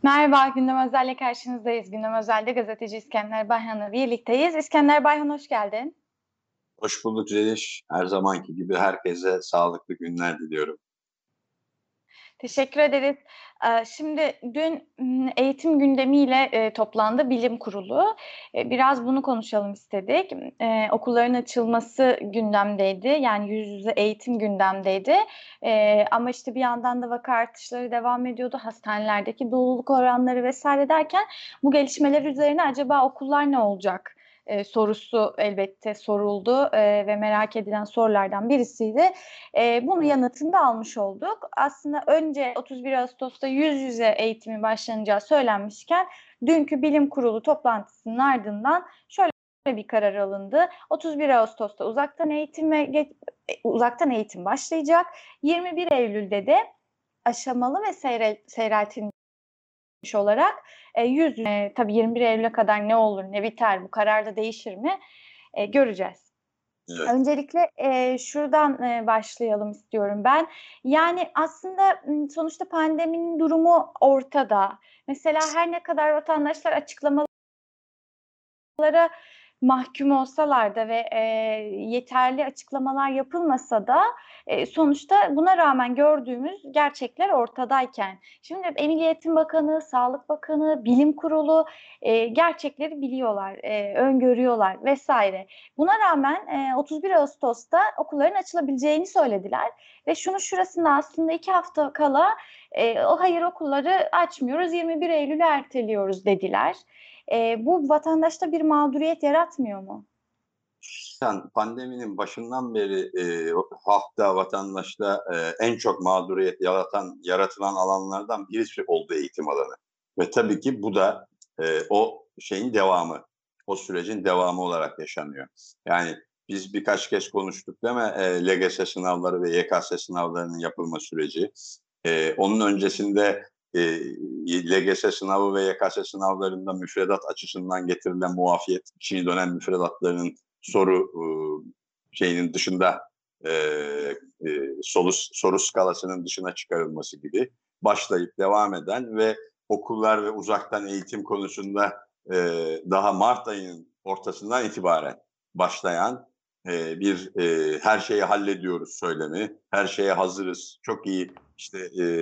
Merhaba, Gündem Özel'le karşınızdayız. Gündem Özel'de gazeteci İskender Bayhan'la birlikteyiz. İskender Bayhan, hoş geldin. Hoş bulduk Zeliş. Her zamanki gibi herkese sağlıklı günler diliyorum. Teşekkür ederiz. Şimdi dün eğitim gündemiyle toplandı Bilim Kurulu. Biraz bunu konuşalım istedik. Okulların açılması gündemdeydi. Yani yüz yüze eğitim gündemdeydi. Ama işte bir yandan da vaka artışları devam ediyordu. Hastanelerdeki doluluk oranları vesaire derken bu gelişmeler üzerine acaba okullar ne olacak? Sorusu elbette soruldu ve merak edilen sorulardan birisiydi. Bunun yanıtını da almış olduk. Aslında önce 31 Ağustos'ta yüz yüze eğitimin başlanacağı söylenmişken dünkü bilim kurulu toplantısının ardından şöyle bir karar alındı. 31 Ağustos'ta uzaktan eğitim başlayacak. 21 Eylül'de de aşamalı ve seyreltilmiş olarak yüz yüze, tabii 21 Eylül'e kadar ne olur ne biter, bu karar da değişir mi göreceğiz. Evet. Öncelikle şuradan başlayalım istiyorum ben. Yani aslında sonuçta pandeminin durumu ortada. Mesela her ne kadar vatandaşlar açıklamalara mahkum olsalar da ve yeterli açıklamalar yapılmasa da sonuçta buna rağmen gördüğümüz gerçekler ortadayken. Şimdi Milli Eğitim Bakanı, Sağlık Bakanı, Bilim Kurulu gerçekleri biliyorlar, öngörüyorlar vesaire. Buna rağmen 31 Ağustos'ta okulların açılabileceğini söylediler ve şurasında aslında 2 hafta kala hayır okulları açmıyoruz, 21 Eylül'ü erteliyoruz dediler. Bu vatandaşta bir mağduriyet yaratmıyor mu? Pandeminin başından beri halkta, vatandaşta en çok mağduriyet yaratılan alanlardan birisi oldu eğitim alanı. Ve tabii ki bu da o şeyin devamı, o sürecin devamı olarak yaşanıyor. Yani biz birkaç kez konuştuk değil mi? LGS sınavları ve YKS sınavlarının yapılma süreci. Onun öncesinde LGS sınavı ve YKS sınavlarında müfredat açısından getirilen muafiyet, Çin dönem müfredatlarının soru şeyinin dışında soru skalasının dışına çıkarılması gibi başlayıp devam eden ve okullar ve uzaktan eğitim konusunda daha Mart ayının ortasından itibaren başlayan bir her şeyi hallediyoruz söylemi, her şeye hazırız, çok iyi işte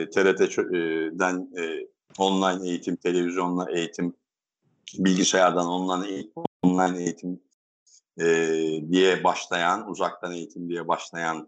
TRT'den online eğitim, televizyonla eğitim, bilgisayardan online eğitim diye başlayan, uzaktan eğitim diye başlayan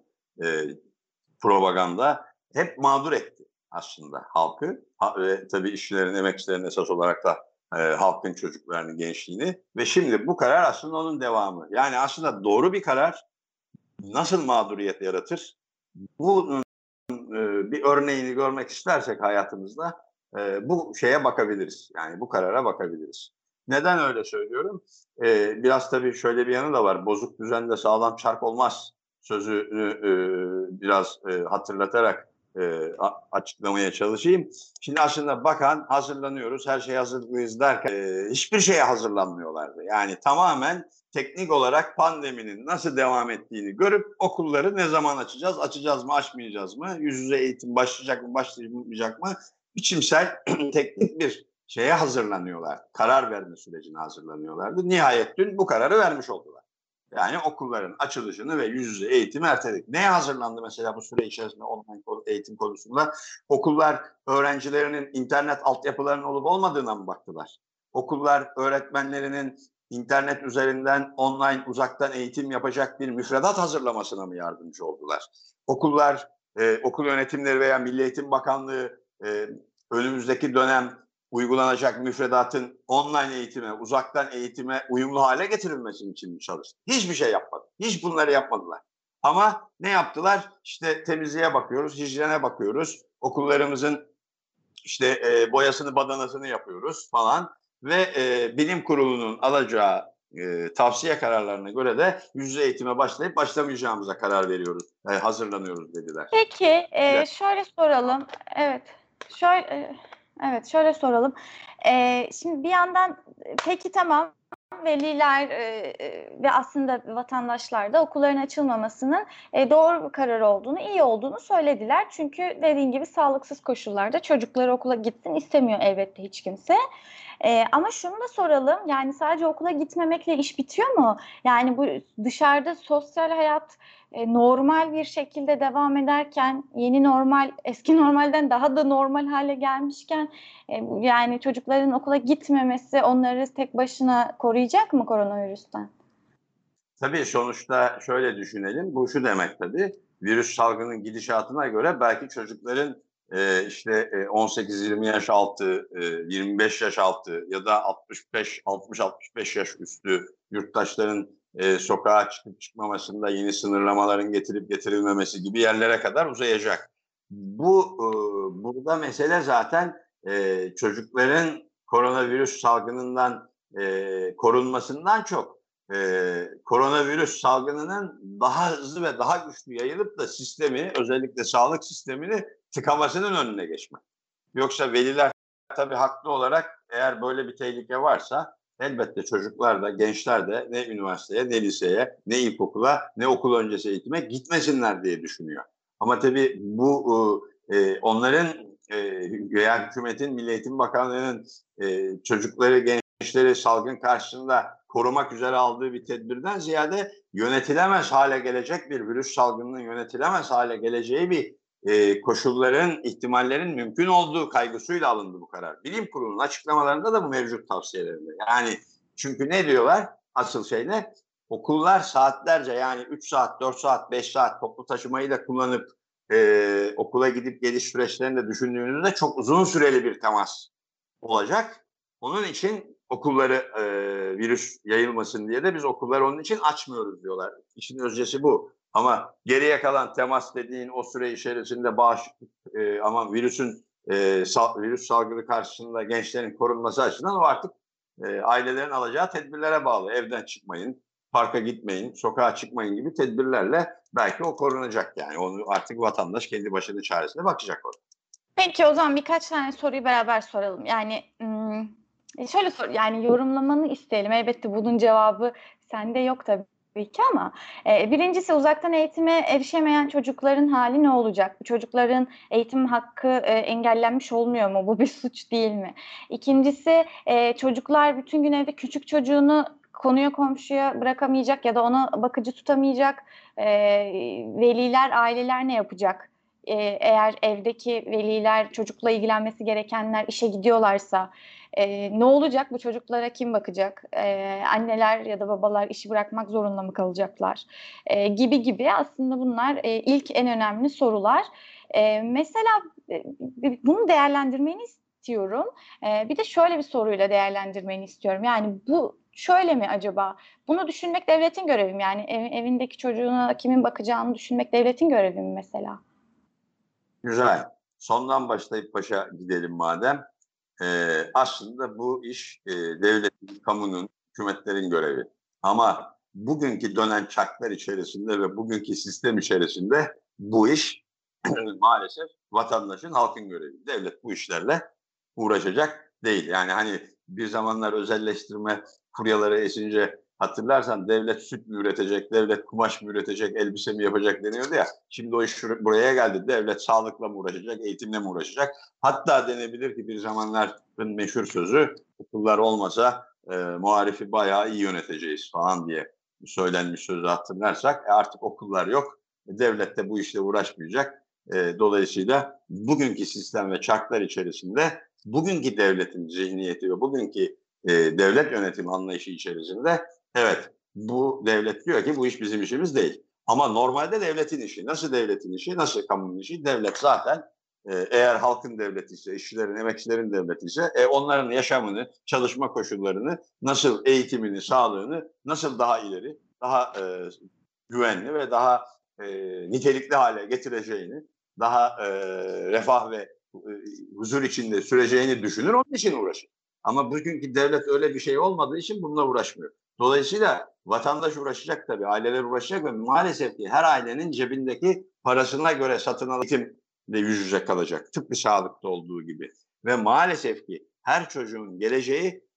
propaganda hep mağdur etti aslında halkı. Ve tabii işçilerin, emekçilerin esas olarak da halkın çocuklarını, gençliğini. Ve şimdi bu karar aslında onun devamı. Yani aslında doğru bir karar nasıl mağduriyet yaratır? Bu bir örneğini görmek istersek hayatımızda bu şeye bakabiliriz. Yani bu karara bakabiliriz. Neden öyle söylüyorum? Biraz tabii şöyle bir yanı da var. Bozuk düzende sağlam çark olmaz sözünü biraz hatırlatarak açıklamaya çalışayım. Şimdi aslında bakan hazırlanıyoruz, her şey hazırlıyız derken hiçbir şeye hazırlanmıyorlardı. Yani tamamen teknik olarak pandeminin nasıl devam ettiğini görüp okulları ne zaman açacağız mı, açmayacağız mı, yüz yüze eğitim başlayacak mı, başlayacak mı, biçimsel teknik bir şeye hazırlanıyorlar. Karar verme sürecine hazırlanıyorlardı. Nihayet dün bu kararı vermiş oldular. Yani okulların açılışını ve yüz yüze eğitimi erteledik. Neye hazırlandı mesela bu süre içerisinde online eğitim konusunda? Okullar öğrencilerinin internet altyapılarının olup olmadığına mı baktılar? Okullar öğretmenlerinin internet üzerinden online uzaktan eğitim yapacak bir müfredat hazırlamasına mı yardımcı oldular? Okullar, okul yönetimleri veya Milli Eğitim Bakanlığı önümüzdeki dönem uygulanacak müfredatın online eğitime, uzaktan eğitime uyumlu hale getirilmesi için mi çalıştı? Hiçbir şey yapmadı. Hiç bunları yapmadılar. Ama ne yaptılar? İşte temizliğe bakıyoruz, hijyene bakıyoruz. Okullarımızın işte boyasını, badanasını yapıyoruz falan. Ve bilim kurulunun alacağı tavsiye kararlarına göre de yüz yüze eğitime başlayıp başlamayacağımıza karar veriyoruz, hazırlanıyoruz dediler. Peki şöyle soralım. Evet. Şöyle soralım. Şimdi bir yandan peki tamam. veliler ve aslında vatandaşlar da okulların açılmamasının doğru bir karar olduğunu, iyi olduğunu söylediler. Çünkü dediğin gibi sağlıksız koşullarda çocukları okula gitsin istemiyor elbette hiç kimse. Ama şunu da soralım, yani sadece okula gitmemekle iş bitiyor mu? Yani bu dışarıda sosyal hayat normal bir şekilde devam ederken, yeni normal, eski normalden daha da normal hale gelmişken, yani çocukların okula gitmemesi onları tek başına koruyacak mı koronavirüsten? Tabii sonuçta şöyle düşünelim, bu şu demek tabii, virüs salgının gidişatına göre belki çocukların, 18-20 yaş altı, 25 yaş altı ya da 60-65 yaş üstü yurttaşların, sokağa çıkıp çıkmamasında yeni sınırlamaların getirip getirilmemesi gibi yerlere kadar uzayacak. Burada mesele zaten, çocukların koronavirüs salgınından, korunmasından çok, koronavirüs salgınının daha hızlı ve daha güçlü yayılıp da sistemi, özellikle sağlık sistemini tıkamasının önüne geçmek. Yoksa veliler tabii haklı olarak eğer böyle bir tehlike varsa elbette çocuklar da gençler de ne üniversiteye, ne liseye, ne ilkokula, ne okul öncesi eğitime gitmesinler diye düşünüyor. Ama tabii bu onların veya hükümetin, Milli Eğitim Bakanlığı'nın çocukları, gençleri salgın karşısında korumak üzere aldığı bir tedbirden ziyade yönetilemez hale gelecek bir virüs salgınının yönetilemez hale geleceği bir koşulların, ihtimallerin mümkün olduğu kaygısıyla alındı bu karar. Bilim Kurulu'nun açıklamalarında da bu mevcut tavsiyelerinde. Yani çünkü ne diyorlar? Asıl şey ne? Okullar saatlerce yani 3 saat, 4 saat, 5 saat toplu taşımayı da kullanıp okula gidip geliş süreçlerini de düşündüğünüzde çok uzun süreli bir temas olacak. Onun için okulları virüs yayılmasın diye de biz okulları onun için açmıyoruz diyorlar. İşin özcesi bu. Ama geriye kalan temas dediğin o süre içerisinde bağışıklık ama virüs salgını karşısında gençlerin korunması açısından o artık ailelerin alacağı tedbirlere bağlı. Evden çıkmayın, parka gitmeyin, sokağa çıkmayın gibi tedbirlerle belki o korunacak yani. Onu artık vatandaş kendi başının çaresine bakacak orada. Peki o zaman birkaç tane soruyu beraber soralım. Yani şöyle yani yorumlamanı isteyelim. Elbette bunun cevabı sende yok tabii ki ama birincisi uzaktan eğitime erişemeyen çocukların hali ne olacak? Bu çocukların eğitim hakkı engellenmiş olmuyor mu? Bu bir suç değil mi? İkincisi çocuklar bütün gün evde küçük çocuğunu konuya komşuya bırakamayacak ya da ona bakıcı tutamayacak. Veliler, aileler ne yapacak? Eğer evdeki veliler çocukla ilgilenmesi gerekenler işe gidiyorlarsa ne olacak? Bu çocuklara kim bakacak? Anneler ya da babalar işi bırakmak zorunda mı kalacaklar? Gibi gibi aslında bunlar ilk en önemli sorular. Mesela bunu değerlendirmeni istiyorum. Bir de şöyle bir soruyla değerlendirmeni istiyorum. Yani bu şöyle mi acaba? Bunu düşünmek devletin görevi mi? Yani evindeki çocuğuna kimin bakacağını düşünmek devletin görevi mi mesela? Güzel. Sondan başlayıp başa gidelim madem. Aslında bu iş devletin, kamunun, hükümetlerin görevi. Ama bugünkü dönen çarklar içerisinde ve bugünkü sistem içerisinde bu iş maalesef vatandaşın, halkın görevi. Devlet bu işlerle uğraşacak değil. Yani hani bir zamanlar özelleştirme furyaları esince hatırlarsan devlet süt mü üretecek, devlet kumaş mı üretecek, elbise mi yapacak deniyordu ya. Şimdi o iş buraya geldi. Devlet sağlıkla mı uğraşacak, eğitimle mi uğraşacak? Hatta denebilir ki bir zamanların meşhur sözü okullar olmasa muharifi bayağı iyi yöneteceğiz falan diye söylenmiş sözü hatırlarsak artık okullar yok. Devlet de bu işle uğraşmayacak. Dolayısıyla bugünkü sistem ve çarklar içerisinde bugünkü devletin zihniyeti ve bugünkü devlet yönetimi anlayışı içerisinde evet bu devlet diyor ki bu iş bizim işimiz değil. Ama normalde devletin işi. Nasıl devletin işi? Nasıl kamunun işi? Devlet zaten eğer halkın devleti ise, işçilerin, emekçilerin devleti ise onların yaşamını, çalışma koşullarını, nasıl eğitimini, sağlığını nasıl daha ileri, daha güvenli ve daha nitelikli hale getireceğini, daha refah ve huzur içinde süreceğini düşünür, onun için uğraşır. Ama bugünkü devlet öyle bir şey olmadığı için bununla uğraşmıyor. Dolayısıyla vatandaş uğraşacak tabii, aileler uğraşacak ve maalesef ki her ailenin cebindeki parasına göre satın alınan eğitimle yüz yüze kalacak. Tıpkı sağlıkta olduğu gibi. Ve maalesef ki her çocuğun geleceği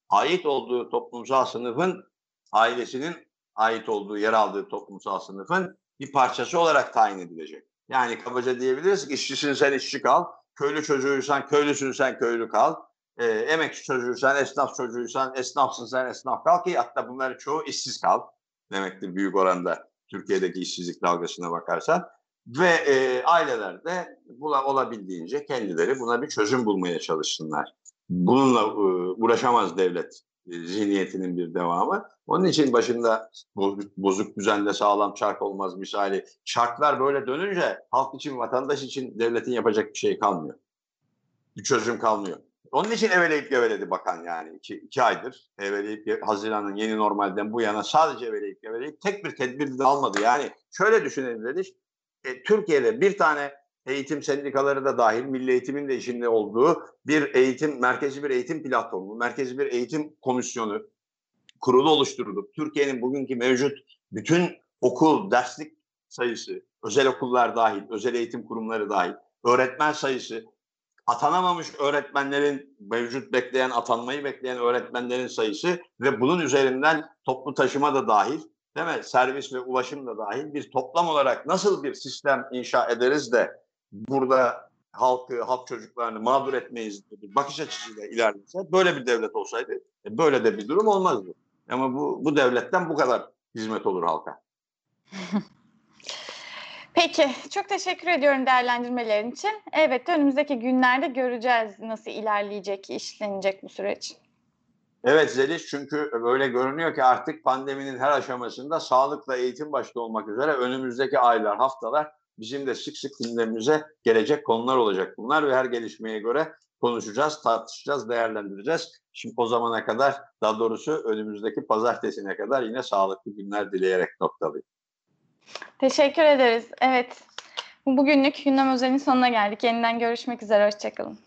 ait olduğu toplumsal sınıfın, ailesinin ait olduğu, yer aldığı toplumsal sınıfın bir parçası olarak tayin edilecek. Yani kabaca diyebiliriz ki işçisin sen işçi kal, köylü çocuğuysan köylüsün sen köylü kal, emekçi çocuğuysan, esnaf çocuğuysan esnafsın sen esnaf kal, ki hatta bunların çoğu işsiz kal demektir büyük oranda Türkiye'deki işsizlik dalgasına bakarsan. Ve aileler de olabildiğince kendileri buna bir çözüm bulmaya çalışsınlar. Bununla uğraşamaz devlet zihniyetinin bir devamı. Onun için başında bozuk düzende sağlam çark olmaz misali. Çarklar böyle dönünce halk için, vatandaş için devletin yapacak bir şey kalmıyor. Bir çözüm kalmıyor. Onun için eveleyip geveledi bakan, yani iki aydır. Eveleyip Haziran'ın yeni normalden bu yana sadece eveleyip tek bir tedbir de almadı. Yani şöyle düşünelim dedik. Türkiye'de bir tane eğitim sendikaları da dahil, milli eğitimin de içinde olduğu bir merkezi bir eğitim platformu, merkezi bir eğitim komisyonu kurulu oluşturulup Türkiye'nin bugünkü mevcut bütün okul, derslik sayısı, özel okullar dahil, özel eğitim kurumları dahil, öğretmen sayısı, atanamamış öğretmenlerin, mevcut atanmayı bekleyen öğretmenlerin sayısı ve bunun üzerinden toplu taşıma da dahil, değil mi? Servis ve ulaşım da dahil bir toplam olarak nasıl bir sistem inşa ederiz de burada halk çocuklarını mağdur etmeyiz diye bir bakış açısıyla ilerlese, böyle bir devlet olsaydı böyle de bir durum olmazdı. Ama bu devletten bu kadar hizmet olur halka. Peki, çok teşekkür ediyorum değerlendirmelerin için. Elbette önümüzdeki günlerde göreceğiz nasıl ilerleyecek, işlenecek bu süreç. Evet Zeliş, çünkü böyle görünüyor ki artık pandeminin her aşamasında sağlıkla eğitim başta olmak üzere önümüzdeki aylar, haftalar bizim de sık sık gündemimize gelecek konular olacak bunlar ve her gelişmeye göre konuşacağız, tartışacağız, değerlendireceğiz. Şimdi o zamana kadar, daha doğrusu önümüzdeki pazartesine kadar yine sağlıklı günler dileyerek noktalıyım. Teşekkür ederiz. Evet, bugünlük gündem özelinin sonuna geldik. Yeniden görüşmek üzere, hoşça kalın.